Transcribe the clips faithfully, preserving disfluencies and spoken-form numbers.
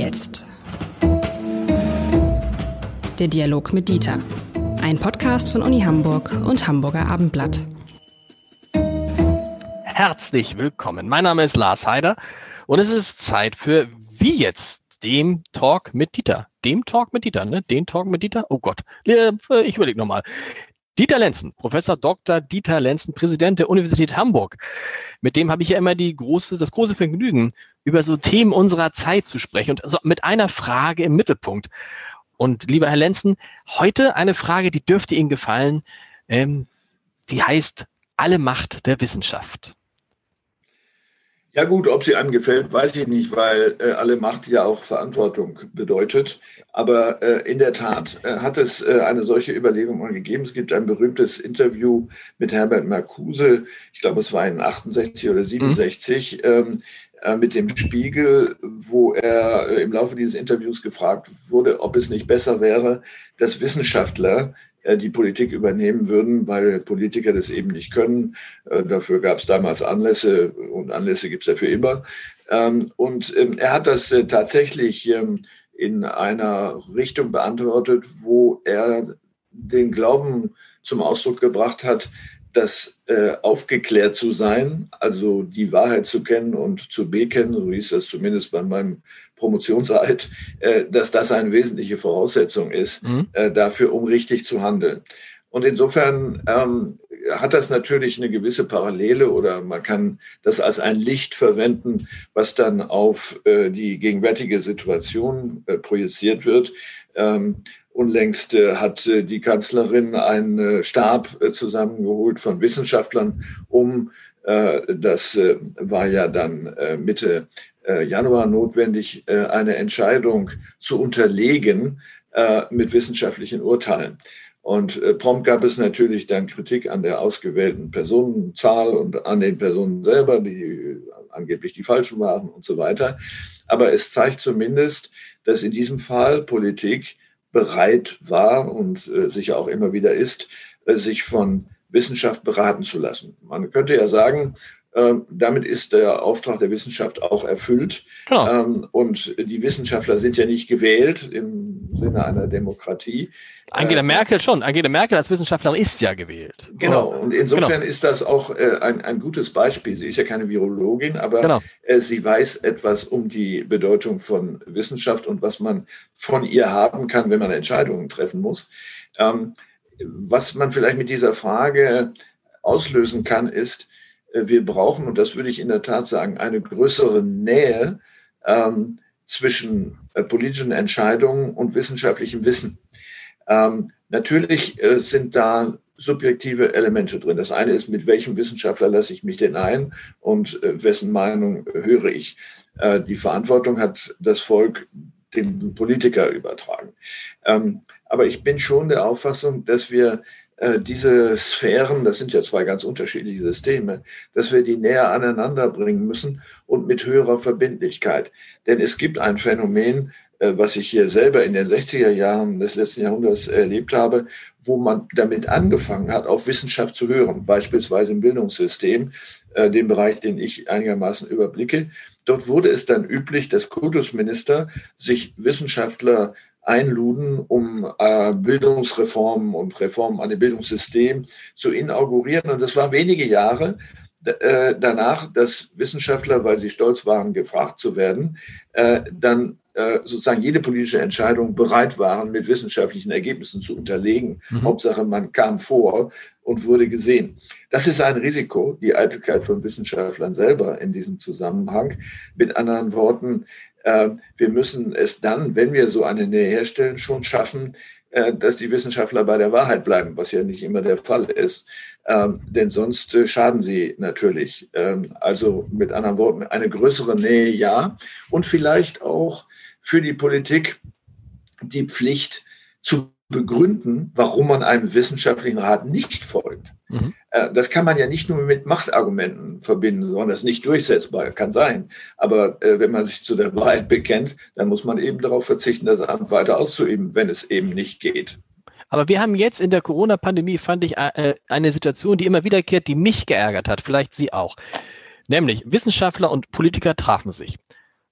jetzt? Der Dialog mit Dieter. Ein Podcast von Uni Hamburg und Hamburger Abendblatt. Herzlich willkommen. Mein Name ist Lars Heider und es ist Zeit für Wie jetzt? Dem Talk mit Dieter. Dem Talk mit Dieter, ne? Den Talk mit Dieter? Oh Gott, ich überlege nochmal. Dieter Lenzen, Professor Doktor Dieter Lenzen, Präsident der Universität Hamburg. Mit dem habe ich ja immer die große, das große Vergnügen, über so Themen unserer Zeit zu sprechen und also mit einer Frage im Mittelpunkt. Und lieber Herr Lenzen, heute eine Frage, die dürfte Ihnen gefallen. Ähm, die heißt Alle Macht der Wissenschaft. Ja gut, ob sie einem gefällt, weiß ich nicht, weil äh, alle Macht ja auch Verantwortung bedeutet. Aber äh, in der Tat äh, hat es äh, eine solche Überlegung mal gegeben. Es gibt ein berühmtes Interview mit Herbert Marcuse, ich glaube es war in achtundsechzig oder siebenundsechzig, mhm. ähm, äh, mit dem Spiegel, wo er äh, im Laufe dieses Interviews gefragt wurde, ob es nicht besser wäre, dass Wissenschaftler die Politik übernehmen würden, weil Politiker das eben nicht können. Dafür gab es damals Anlässe und Anlässe gibt es dafür immer. Und er hat das tatsächlich in einer Richtung beantwortet, wo er den Glauben zum Ausdruck gebracht hat, dass äh, aufgeklärt zu sein, also die Wahrheit zu kennen und zu bekennen, so hieß das zumindest bei meinem Promotionseid, äh, dass das eine wesentliche Voraussetzung ist, mhm. äh, dafür, um richtig zu handeln. Und insofern ähm, hat das natürlich eine gewisse Parallele oder man kann das als ein Licht verwenden, was dann auf äh, die gegenwärtige Situation äh, projiziert wird. Ähm, Unlängst äh, hat äh, die Kanzlerin einen äh, Stab äh, zusammengeholt von Wissenschaftlern, um, äh, das äh, war ja dann äh, Mitte äh, Januar notwendig, äh, eine Entscheidung zu unterlegen äh, mit wissenschaftlichen Urteilen. Und äh, prompt gab es natürlich dann Kritik an der ausgewählten Personenzahl und an den Personen selber, die äh, angeblich die falschen waren und so weiter. Aber es zeigt zumindest, dass in diesem Fall Politik bereit war und äh, sicher auch immer wieder ist, äh, sich von Wissenschaft beraten zu lassen. Man könnte ja sagen, äh, damit ist der Auftrag der Wissenschaft auch erfüllt. Genau. Ähm, und die Wissenschaftler sind ja nicht gewählt im Sinne einer Demokratie. Angela äh, Merkel schon. Angela Merkel als Wissenschaftlerin ist ja gewählt. Genau. Und insofern genau. ist das auch äh, ein, ein gutes Beispiel. Sie ist ja keine Virologin, aber genau. äh, sie weiß etwas um die Bedeutung von Wissenschaft und was man von ihr haben kann, wenn man Entscheidungen treffen muss. Ähm, was man vielleicht mit dieser Frage auslösen kann, ist, äh, wir brauchen, und das würde ich in der Tat sagen, eine größere Nähe ähm, zwischen äh, politischen Entscheidungen und wissenschaftlichem Wissen. Ähm, natürlich äh, sind da subjektive Elemente drin. Das eine ist, mit welchem Wissenschaftler lasse ich mich denn ein und äh, wessen Meinung äh, höre ich. Äh, die Verantwortung hat das Volk dem Politiker übertragen. Ähm, aber ich bin schon der Auffassung, dass wir äh, diese Sphären, das sind ja zwei ganz unterschiedliche Systeme, dass wir die näher aneinander bringen müssen und mit höherer Verbindlichkeit. Denn es gibt ein Phänomen, was ich hier selber in den sechziger Jahren des letzten Jahrhunderts erlebt habe, wo man damit angefangen hat, auf Wissenschaft zu hören, beispielsweise im Bildungssystem, äh, den Bereich, den ich einigermaßen überblicke. Dort wurde es dann üblich, dass Kultusminister sich Wissenschaftler einluden, um äh, Bildungsreformen und Reformen an dem Bildungssystem zu inaugurieren. Und das war wenige Jahre äh, danach, dass Wissenschaftler, weil sie stolz waren, gefragt zu werden, äh, dann sozusagen jede politische Entscheidung bereit waren, mit wissenschaftlichen Ergebnissen zu unterlegen. Mhm. Hauptsache, man kam vor und wurde gesehen. Das ist ein Risiko, die Eitelkeit von Wissenschaftlern selber in diesem Zusammenhang. Mit anderen Worten, äh, wir müssen es dann, wenn wir so eine Nähe herstellen, schon schaffen, äh, dass die Wissenschaftler bei der Wahrheit bleiben, was ja nicht immer der Fall ist. Ähm, denn sonst äh, schaden sie natürlich. Ähm, also mit anderen Worten, eine größere Nähe, ja. Und vielleicht auch für die Politik die Pflicht zu begründen, warum man einem wissenschaftlichen Rat nicht folgt. Mhm. Äh, das kann man ja nicht nur mit Machtargumenten verbinden, sondern das ist nicht durchsetzbar, kann sein. Aber äh, wenn man sich zu der Wahrheit bekennt, dann muss man eben darauf verzichten, das Amt weiter auszuüben, wenn es eben nicht geht. Aber wir haben jetzt in der Corona-Pandemie, fand ich, äh, eine Situation, die immer wiederkehrt, die mich geärgert hat, vielleicht Sie auch. Nämlich Wissenschaftler und Politiker trafen sich.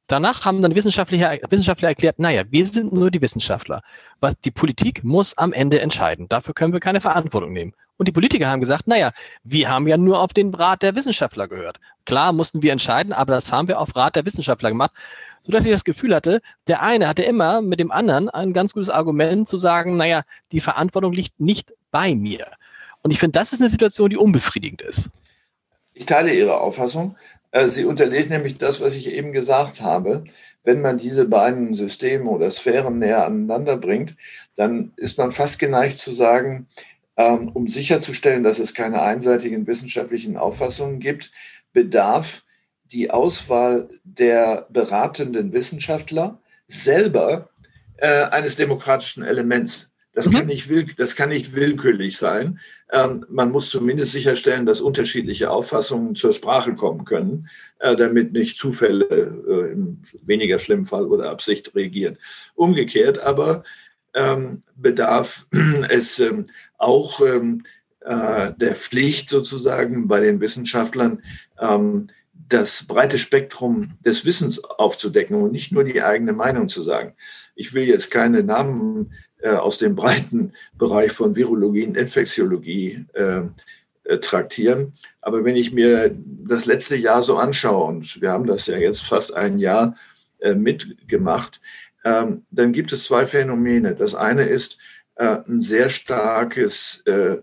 danach haben dann Wissenschaftler, Wissenschaftler erklärt, naja, wir sind nur die Wissenschaftler. Was die Politik muss am Ende entscheiden. Dafür können wir keine Verantwortung nehmen. Und die Politiker haben gesagt, naja, wir haben ja nur auf den Rat der Wissenschaftler gehört. Klar mussten wir entscheiden, aber das haben wir auf Rat der Wissenschaftler gemacht, sodass ich das Gefühl hatte, der eine hatte immer mit dem anderen ein ganz gutes Argument zu sagen, naja, die Verantwortung liegt nicht bei mir. Und ich finde, das ist eine Situation, die unbefriedigend ist. Ich teile Ihre Auffassung. Sie unterlegt nämlich das, was ich eben gesagt habe. Wenn man diese beiden Systeme oder Sphären näher aneinander bringt, dann ist man fast geneigt zu sagen, um sicherzustellen, dass es keine einseitigen wissenschaftlichen Auffassungen gibt, bedarf die Auswahl der beratenden Wissenschaftler selber äh, eines demokratischen Elements. Das, mhm. kann nicht will, das kann nicht willkürlich sein. Ähm, man muss zumindest sicherstellen, dass unterschiedliche Auffassungen zur Sprache kommen können, äh, damit nicht Zufälle äh, im weniger schlimmen Fall oder Absicht regieren. Umgekehrt aber ähm, bedarf es ähm, auch ähm, äh, der Pflicht sozusagen bei den Wissenschaftlern, ähm, das breite Spektrum des Wissens aufzudecken und nicht nur die eigene Meinung zu sagen. Ich will jetzt keine Namen äh, aus dem breiten Bereich von Virologie und Infektiologie äh, äh, traktieren, aber wenn ich mir das letzte Jahr so anschaue, und wir haben das ja jetzt fast ein Jahr äh, mitgemacht, äh, dann gibt es zwei Phänomene. Das eine ist äh, ein sehr starkes äh,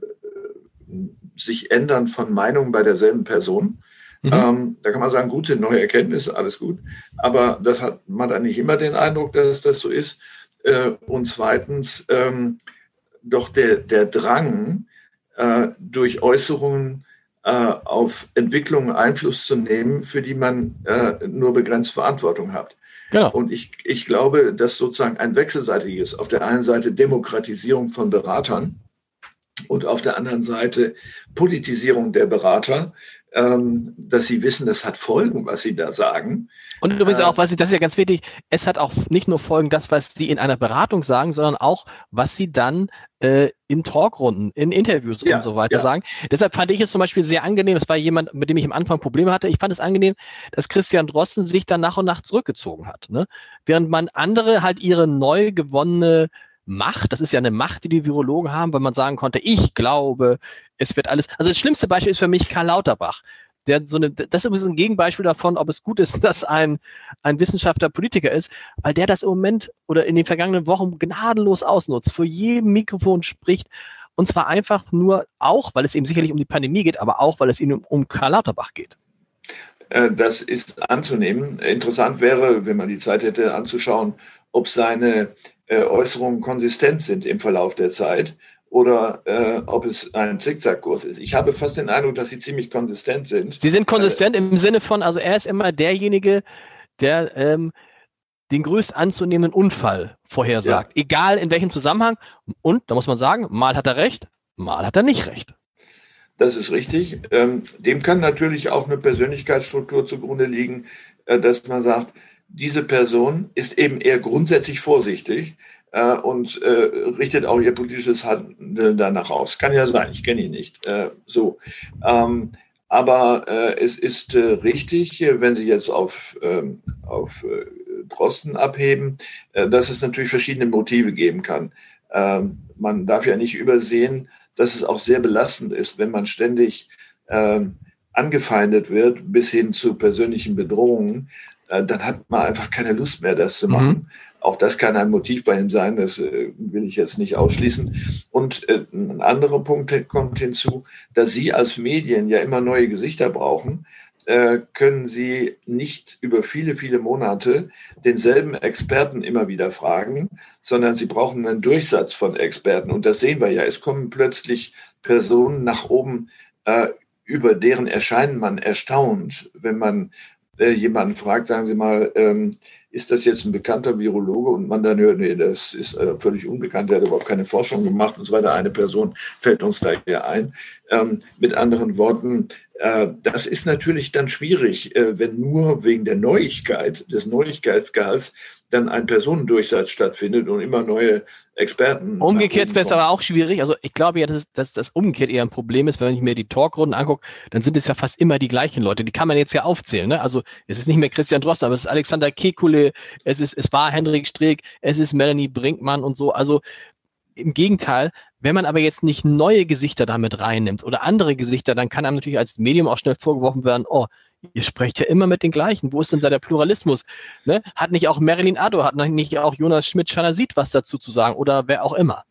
sich ändern von Meinungen bei derselben Person. Mhm. Ähm, da kann man sagen, gute neue Erkenntnisse, alles gut. Aber das hat man dann nicht immer den Eindruck, dass das so ist. Äh, und zweitens ähm, doch der, der Drang, äh, durch Äußerungen äh, auf Entwicklungen Einfluss zu nehmen, für die man äh, nur begrenzt Verantwortung hat. Genau. Und ich, ich glaube, dass sozusagen ein wechselseitiges, auf der einen Seite Demokratisierung von Beratern und auf der anderen Seite Politisierung der Berater, ähm, dass sie wissen, das hat Folgen, was sie da sagen. Und übrigens auch, was ich, das ist ja ganz wichtig, es hat auch nicht nur Folgen, das, was sie in einer Beratung sagen, sondern auch, was sie dann äh, in Talkrunden, in Interviews ja, und so weiter ja. sagen. Deshalb fand ich es zum Beispiel sehr angenehm, es war jemand, mit dem ich am Anfang Probleme hatte, ich fand es angenehm, dass Christian Drosten sich dann nach und nach zurückgezogen hat. Ne? Während man andere halt ihre neu gewonnene Macht, das ist ja eine Macht, die die Virologen haben, weil man sagen konnte, ich glaube, es wird alles, also das schlimmste Beispiel ist für mich Karl Lauterbach. Der so eine, das ist ein Gegenbeispiel davon, ob es gut ist, dass ein, ein Wissenschaftler Politiker ist, weil der das im Moment oder in den vergangenen Wochen gnadenlos ausnutzt, vor jedem Mikrofon spricht und zwar einfach nur auch, weil es ihm sicherlich um die Pandemie geht, aber auch, weil es ihm um Karl Lauterbach geht. Das ist anzunehmen. Interessant wäre, wenn man die Zeit hätte, anzuschauen, ob seine Äußerungen konsistent sind im Verlauf der Zeit oder äh, ob es ein Zickzackkurs ist. Ich habe fast den Eindruck, dass sie ziemlich konsistent sind. Sie sind konsistent äh, im Sinne von, also er ist immer derjenige, der ähm, den größt anzunehmenden Unfall vorhersagt. Ja. Egal in welchem Zusammenhang. Und, da muss man sagen, mal hat er recht, mal hat er nicht recht. Das ist richtig. Ähm, dem kann natürlich auch eine Persönlichkeitsstruktur zugrunde liegen, äh, dass man sagt, diese Person ist eben eher grundsätzlich vorsichtig äh, und äh, richtet auch ihr politisches Handeln danach aus. Kann ja sein, ich kenne ihn nicht. Äh, so, ähm, aber äh, es ist äh, richtig, wenn Sie jetzt auf, ähm, auf äh, Drosten abheben, äh, dass es natürlich verschiedene Motive geben kann. Ähm, man darf ja nicht übersehen, dass es auch sehr belastend ist, wenn man ständig äh, angefeindet wird, bis hin zu persönlichen Bedrohungen. Dann hat man einfach keine Lust mehr, das zu machen. Mhm. Auch das kann ein Motiv bei ihm sein, das äh, will ich jetzt nicht ausschließen. Und äh, ein anderer Punkt kommt hinzu, dass Sie als Medien ja immer neue Gesichter brauchen, äh, können Sie nicht über viele, viele Monate denselben Experten immer wieder fragen, sondern Sie brauchen einen Durchsatz von Experten. Und das sehen wir ja, es kommen plötzlich Personen nach oben, äh, über deren Erscheinen man erstaunt, wenn man jemanden fragt, sagen Sie mal, ähm, ist das jetzt ein bekannter Virologe? Und man dann hört, nee, das ist äh, völlig unbekannt, der hat überhaupt keine Forschung gemacht und so weiter. Eine Person fällt uns da hier ein. Ähm, mit anderen Worten, Das ist natürlich dann schwierig, wenn nur wegen der Neuigkeit, des Neuigkeitsgehalts dann ein Personendurchsatz stattfindet und immer neue Experten. Umgekehrt wäre es aber auch schwierig. Also ich glaube ja, dass, dass das umgekehrt eher ein Problem ist, wenn ich mir die Talkrunden angucke, dann sind es ja fast immer die gleichen Leute. Die kann man jetzt ja aufzählen. Ne? Also es ist nicht mehr Christian Drosten, aber es ist Alexander Kekulé, es ist, es war Hendrik Streeck, es ist Melanie Brinkmann und so. Also im Gegenteil, wenn man aber jetzt nicht neue Gesichter damit reinnimmt oder andere Gesichter, dann kann einem natürlich als Medium auch schnell vorgeworfen werden, oh, ihr sprecht ja immer mit den gleichen. Wo ist denn da der Pluralismus? Ne? Hat nicht auch Marilyn Addo, hat nicht auch Jonas Schmidt-Schanasit was dazu zu sagen oder wer auch immer?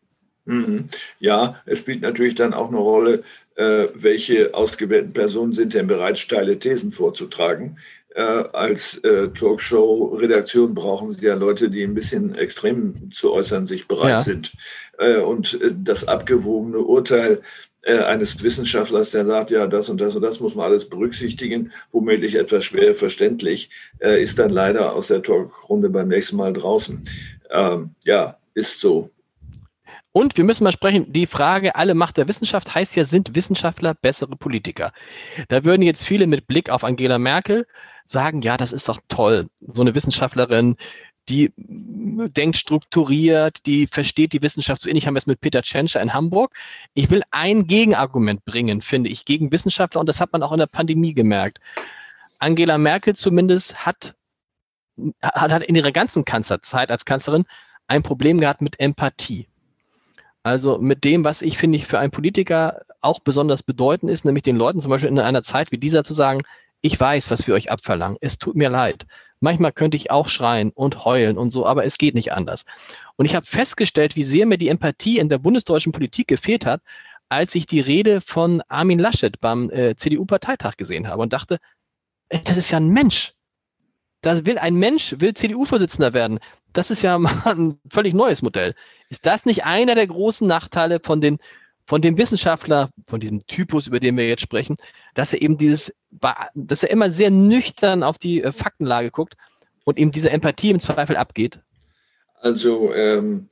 Ja, es spielt natürlich dann auch eine Rolle, äh, welche ausgewählten Personen sind denn bereit, steile Thesen vorzutragen. Äh, als äh, Talkshow-Redaktion brauchen Sie ja Leute, die ein bisschen extrem zu äußern sich bereit ja. sind. Äh, und äh, das abgewogene Urteil äh, eines Wissenschaftlers, der sagt, ja, das und das und das muss man alles berücksichtigen, womöglich etwas schwer verständlich, äh, ist dann leider aus der Talkrunde beim nächsten Mal draußen. Ähm, ja, ist so. Und wir müssen mal sprechen, die Frage, alle Macht der Wissenschaft heißt ja, sind Wissenschaftler bessere Politiker? Da würden jetzt viele mit Blick auf Angela Merkel sagen, ja, das ist doch toll, so eine Wissenschaftlerin, die denkt strukturiert, die versteht die Wissenschaft. So ähnlich haben wir es mit Peter Tschentscher in Hamburg. Ich will ein Gegenargument bringen, finde ich, gegen Wissenschaftler, und das hat man auch in der Pandemie gemerkt. Angela Merkel zumindest hat, hat, hat in ihrer ganzen Kanzlerzeit als Kanzlerin ein Problem gehabt mit Empathie. Also mit dem, was ich, finde ich, für einen Politiker auch besonders bedeutend ist, nämlich den Leuten zum Beispiel in einer Zeit wie dieser zu sagen, ich weiß, was wir euch abverlangen, es tut mir leid. Manchmal könnte ich auch schreien und heulen und so, aber es geht nicht anders. Und ich habe festgestellt, wie sehr mir die Empathie in der bundesdeutschen Politik gefehlt hat, als ich die Rede von Armin Laschet beim äh, C D U-Parteitag gesehen habe und dachte, ey, das ist ja ein Mensch. Da will ein Mensch, will C D U-Vorsitzender werden. Das ist ja mal ein völlig neues Modell. Ist das nicht einer der großen Nachteile von den, von dem Wissenschaftler, von diesem Typus, über den wir jetzt sprechen, dass er eben dieses, dass er immer sehr nüchtern auf die Faktenlage guckt und eben diese Empathie im Zweifel abgeht? Also ähm,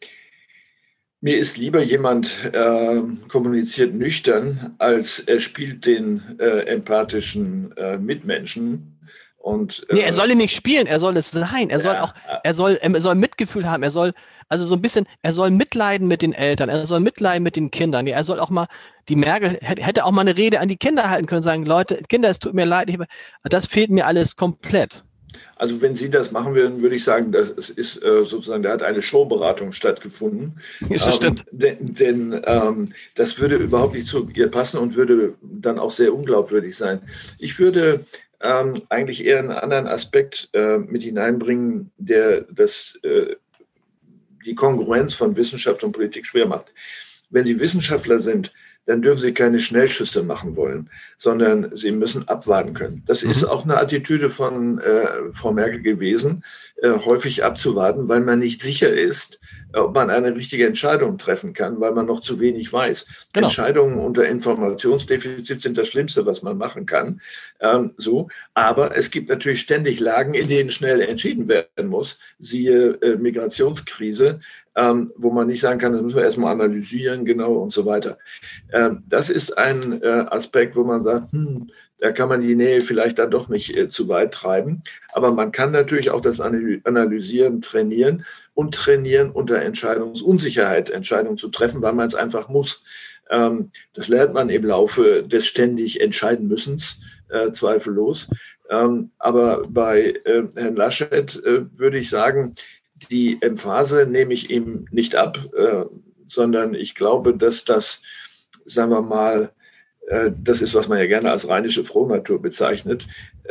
mir ist lieber jemand äh, kommuniziert nüchtern, als er spielt den äh, empathischen äh, Mitmenschen. Und, äh, nee, er soll ihn nicht spielen, er soll es sein. Er soll ja, auch, er soll, er soll Mitgefühl haben, er soll, also so ein bisschen, er soll mitleiden mit den Eltern, er soll mitleiden mit den Kindern. Er soll auch mal, die Merkel hätte auch mal eine Rede an die Kinder halten können, sagen, Leute, Kinder, es tut mir leid, ich, das fehlt mir alles komplett. Also wenn Sie das machen würden, würde ich sagen, das ist äh, sozusagen, da hat eine Showberatung stattgefunden. Ja, das stimmt. Ähm, denn denn ähm, das würde überhaupt nicht zu ihr passen und würde dann auch sehr unglaubwürdig sein. Ich würde ähm, eigentlich eher einen anderen Aspekt äh, mit hineinbringen, der das, äh, die Kongruenz von Wissenschaft und Politik schwer macht. Wenn Sie Wissenschaftler sind, dann dürfen Sie keine Schnellschüsse machen wollen, sondern Sie müssen abwarten können. Das mhm. ist auch eine Attitüde von äh, Frau Merkel gewesen, äh, häufig abzuwarten, weil man nicht sicher ist, ob man eine richtige Entscheidung treffen kann, weil man noch zu wenig weiß. Genau. Entscheidungen unter Informationsdefizit sind das Schlimmste, was man machen kann. Ähm, so, aber es gibt natürlich ständig Lagen, in denen schnell entschieden werden muss. Siehe äh, Migrationskrise, ähm, wo man nicht sagen kann, das müssen wir erstmal analysieren, genau und so weiter. Ähm, das ist ein äh, Aspekt, wo man sagt, hm, da kann man die Nähe vielleicht dann doch nicht äh, zu weit treiben. Aber man kann natürlich auch das Analysieren trainieren und trainieren unter Entscheidungsunsicherheit, Entscheidungen zu treffen, weil man es einfach muss. Ähm, das lernt man im Laufe des ständig entscheiden Müssens, äh, zweifellos. Ähm, aber bei äh, Herrn Laschet äh, würde ich sagen, die Emphase nehme ich ihm nicht ab, äh, sondern ich glaube, dass das, sagen wir mal, das ist, was man ja gerne als rheinische Frohnatur bezeichnet,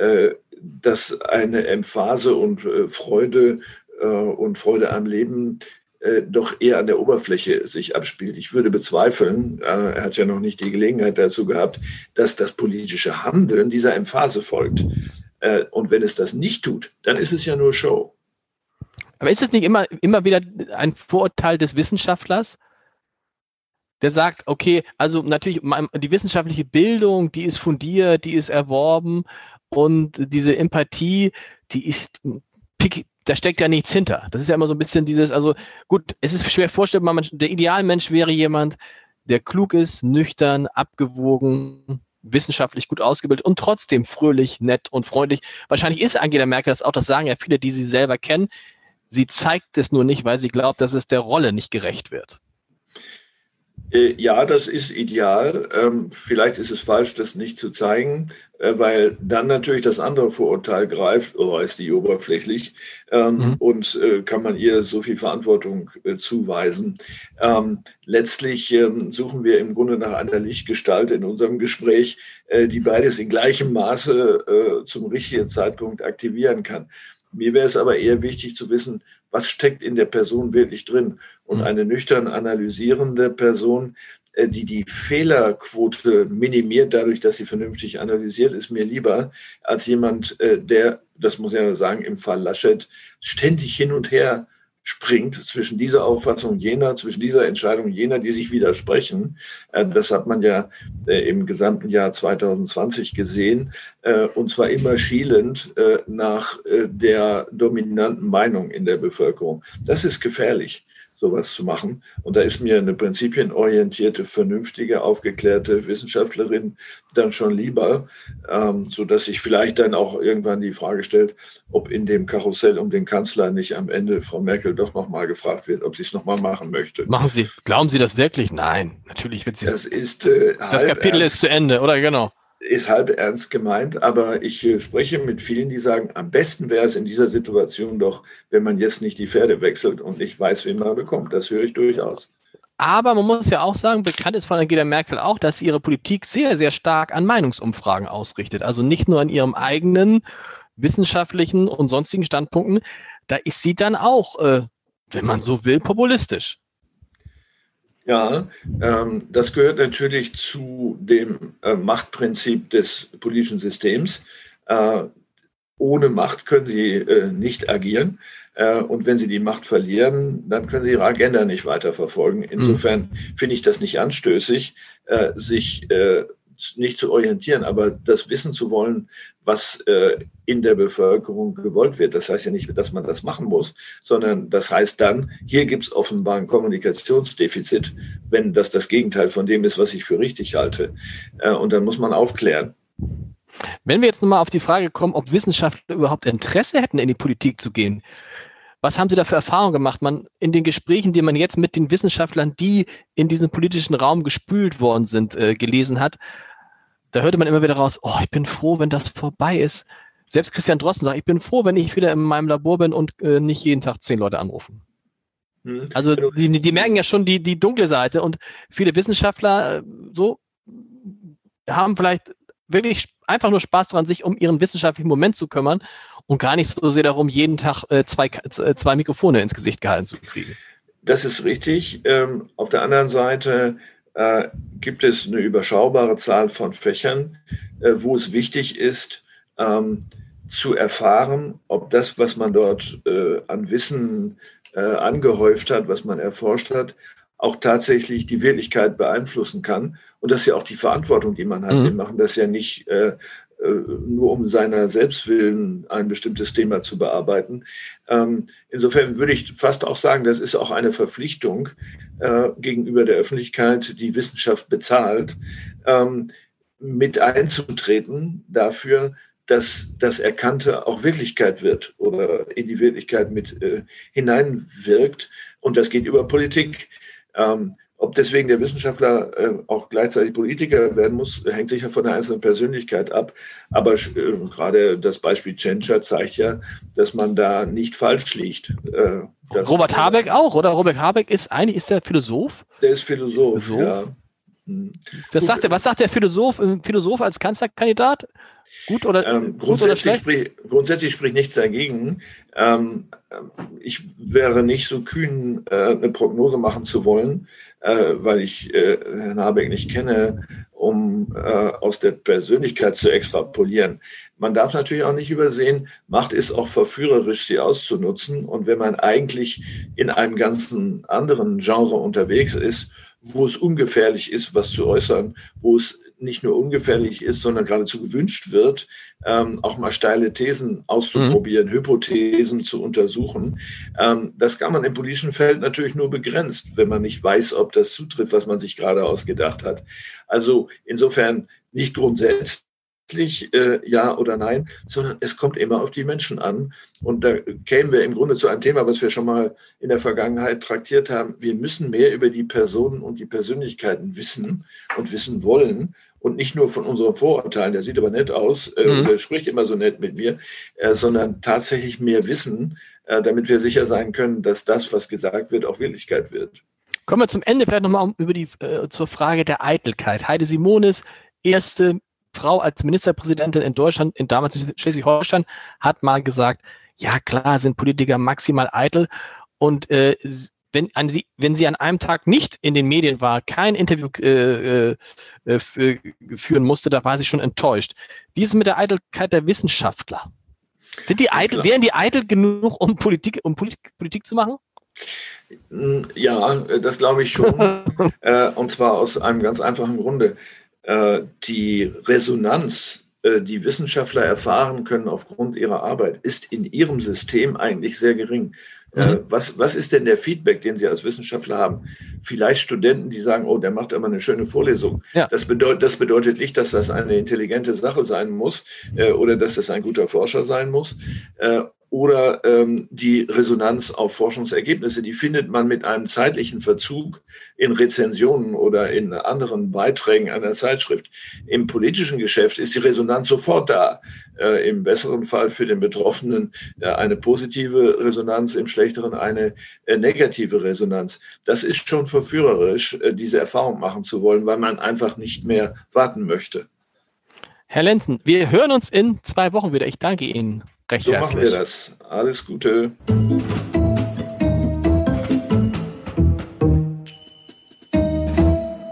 dass eine Emphase und Freude und Freude am Leben doch eher an der Oberfläche sich abspielt. Ich würde bezweifeln, er hat ja noch nicht die Gelegenheit dazu gehabt, dass das politische Handeln dieser Emphase folgt. Und wenn es das nicht tut, dann ist es ja nur Show. Aber ist es nicht immer, immer wieder ein Vorurteil des Wissenschaftlers, der sagt, okay, also natürlich die wissenschaftliche Bildung, die ist fundiert, die ist erworben und diese Empathie, die ist, da steckt ja nichts hinter. Das ist ja immer so ein bisschen dieses, also gut, es ist schwer vorstellbar, der Idealmensch wäre jemand, der klug ist, nüchtern, abgewogen, wissenschaftlich gut ausgebildet und trotzdem fröhlich, nett und freundlich. Wahrscheinlich ist Angela Merkel das auch, das sagen ja viele, die sie selber kennen. Sie zeigt es nur nicht, weil sie glaubt, dass es der Rolle nicht gerecht wird. Ja, das ist ideal. Ähm, vielleicht ist es falsch, das nicht zu zeigen, äh, weil dann natürlich das andere Vorurteil greift, oh, ist die oberflächlich, ähm, mhm. und äh, kann man ihr so viel Verantwortung äh, zuweisen. Ähm, letztlich ähm, suchen wir im Grunde nach einer Lichtgestalt in unserem Gespräch, äh, die beides in gleichem Maße äh, zum richtigen Zeitpunkt aktivieren kann. Mir wäre es aber eher wichtig zu wissen, was steckt in der Person wirklich drin. Und eine nüchtern analysierende Person, die die Fehlerquote minimiert, dadurch, dass sie vernünftig analysiert, ist mir lieber als jemand, der, das muss ich ja sagen, im Fall Laschet ständig hin und her springt zwischen dieser Auffassung jener, zwischen dieser Entscheidung jener, die sich widersprechen. Das hat man ja im gesamten Jahr zwanzig zwanzig gesehen, und zwar immer schielend nach der dominanten Meinung in der Bevölkerung. Das ist gefährlich, sowas zu machen. Und da ist mir eine prinzipienorientierte, vernünftige, aufgeklärte Wissenschaftlerin dann schon lieber, ähm, sodass sich vielleicht dann auch irgendwann die Frage stellt, ob in dem Karussell um den Kanzler nicht am Ende Frau Merkel doch nochmal gefragt wird, ob sie es nochmal machen möchte. Machen Sie, glauben Sie das wirklich? Nein, natürlich wird sie es. Das ist, äh, das Kapitel ernst. Ist zu Ende, oder? Genau. Ist halb ernst gemeint, aber ich äh, spreche mit vielen, die sagen, am besten wäre es in dieser Situation doch, wenn man jetzt nicht die Pferde wechselt und nicht weiß, wen man bekommt. Das höre ich durchaus. Aber man muss ja auch sagen, bekannt ist von Angela Merkel auch, dass sie ihre Politik sehr, sehr stark an Meinungsumfragen ausrichtet. Also nicht nur an ihrem eigenen wissenschaftlichen und sonstigen Standpunkten. Da ist sie dann auch, äh, wenn man so will, populistisch. Ja, ähm, das gehört natürlich zu dem äh, Machtprinzip des politischen Systems. Äh, ohne Macht können sie äh, nicht agieren. Äh, und wenn sie die Macht verlieren, dann können sie ihre Agenda nicht weiterverfolgen. Insofern mhm. finde ich das nicht anstößig, äh, sich äh, nicht zu orientieren, aber das wissen zu wollen, was äh, in der Bevölkerung gewollt wird. Das heißt ja nicht, dass man das machen muss, sondern das heißt dann, hier gibt es offenbar ein Kommunikationsdefizit, wenn das das Gegenteil von dem ist, was ich für richtig halte. Äh, und dann muss man aufklären. Wenn wir jetzt nochmal auf die Frage kommen, ob Wissenschaftler überhaupt Interesse hätten, in die Politik zu gehen, was haben Sie da für Erfahrungen gemacht? Man, in den Gesprächen, die man jetzt mit den Wissenschaftlern, die in diesen politischen Raum gespült worden sind, äh, gelesen hat, da hörte man immer wieder raus, oh, ich bin froh, wenn das vorbei ist. Selbst Christian Drosten sagt, ich bin froh, wenn ich wieder in meinem Labor bin und äh, nicht jeden Tag zehn Leute anrufen. Hm. Also die, die merken ja schon die, die dunkle Seite, und viele Wissenschaftler äh, so haben vielleicht wirklich einfach nur Spaß daran, sich um ihren wissenschaftlichen Moment zu kümmern und gar nicht so sehr darum, jeden Tag äh, zwei, äh, zwei Mikrofone ins Gesicht gehalten zu kriegen. Das ist richtig. Ähm, auf der anderen Seite äh, gibt es eine überschaubare Zahl von Fächern, äh, wo es wichtig ist, ähm, zu erfahren, ob das, was man dort äh, an Wissen äh, angehäuft hat, was man erforscht hat, auch tatsächlich die Wirklichkeit beeinflussen kann. Und das ist ja auch die Verantwortung, die man hat. Mhm. Wir machen das ja nicht äh, nur um seiner Selbstwillen ein bestimmtes Thema zu bearbeiten. Ähm, insofern würde ich fast auch sagen, das ist auch eine Verpflichtung äh, gegenüber der Öffentlichkeit, die Wissenschaft bezahlt, ähm, mit einzutreten dafür, dass das Erkannte auch Wirklichkeit wird oder in die Wirklichkeit mit äh, hineinwirkt. Und das geht über Politik. Ähm, Ob deswegen der Wissenschaftler äh, auch gleichzeitig Politiker werden muss, hängt sicher von der einzelnen Persönlichkeit ab. Aber äh, gerade das Beispiel Tschentscher zeigt ja, dass man da nicht falsch liegt. Äh, Robert Habeck auch, oder? Robert Habeck ist eigentlich, ist der Philosoph? Der ist Philosoph, Philosoph? ja. Hm. Was sagt, der, was sagt der Philosoph, Philosoph als Kanzlerkandidat? Gut oder, ähm, gut grundsätzlich, oder sprich, grundsätzlich spricht nichts dagegen. Ähm, ich wäre nicht so kühn, äh, eine Prognose machen zu wollen, äh, weil ich äh, Herrn Habeck nicht kenne, um äh, aus der Persönlichkeit zu extrapolieren. Man darf natürlich auch nicht übersehen, Macht ist auch verführerisch, sie auszunutzen. Und wenn man eigentlich in einem ganzen anderen Genre unterwegs ist, wo es ungefährlich ist, was zu äußern, wo es nicht nur ungefährlich ist, sondern geradezu gewünscht wird, ähm, auch mal steile Thesen auszuprobieren, mhm. Hypothesen zu untersuchen. Ähm, das kann man im politischen Feld natürlich nur begrenzt, wenn man nicht weiß, ob das zutrifft, was man sich gerade ausgedacht hat. Also insofern nicht grundsätzlich äh, ja oder nein, sondern es kommt immer auf die Menschen an. Und da kämen wir im Grunde zu einem Thema, was wir schon mal in der Vergangenheit traktiert haben. Wir müssen mehr über die Personen und die Persönlichkeiten wissen und wissen wollen. Und nicht nur von unseren Vorurteilen, der sieht aber nett aus, äh, mhm. der spricht immer so nett mit mir, äh, sondern tatsächlich mehr wissen, äh, damit wir sicher sein können, dass das, was gesagt wird, auch Wirklichkeit wird. Kommen wir zum Ende vielleicht nochmal um, über die, äh, zur Frage der Eitelkeit. Heide Simonis, erste Frau als Ministerpräsidentin in Deutschland, in damals Schleswig-Holstein, hat mal gesagt, ja klar sind Politiker maximal eitel und äh, Wenn, an sie, wenn sie an einem Tag nicht in den Medien war, kein Interview äh, äh, führen musste, da war sie schon enttäuscht. Wie ist es mit der Eitelkeit der Wissenschaftler? Sind die eitel, wären die eitel genug, um Politik, um Politik, Politik zu machen? Ja, das glaube ich schon. äh, und zwar aus einem ganz einfachen Grunde. Äh, die Resonanz, äh, die Wissenschaftler erfahren können aufgrund ihrer Arbeit, ist in ihrem System eigentlich sehr gering. Mhm. Was, was ist denn der Feedback, den Sie als Wissenschaftler haben? Vielleicht Studenten, die sagen, oh, der macht aber eine schöne Vorlesung. Ja. Das, bedeut, das bedeutet nicht, dass das eine intelligente Sache sein muss äh, oder dass das ein guter Forscher sein muss. Äh, oder ähm, die Resonanz auf Forschungsergebnisse, die findet man mit einem zeitlichen Verzug in Rezensionen oder in anderen Beiträgen einer Zeitschrift. Im politischen Geschäft ist die Resonanz sofort da. Äh, im besseren Fall für den Betroffenen äh, eine positive Resonanz, im schlechteren eine äh, negative Resonanz. Das ist schon verführerisch, äh, diese Erfahrung machen zu wollen, weil man einfach nicht mehr warten möchte. Herr Lenzen, wir hören uns in zwei Wochen wieder. Ich danke Ihnen recht so herzlich. So machen wir das. Alles Gute.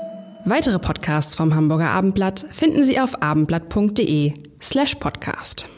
Weitere Podcasts vom Hamburger Abendblatt finden Sie auf abendblatt punkt de slash podcast.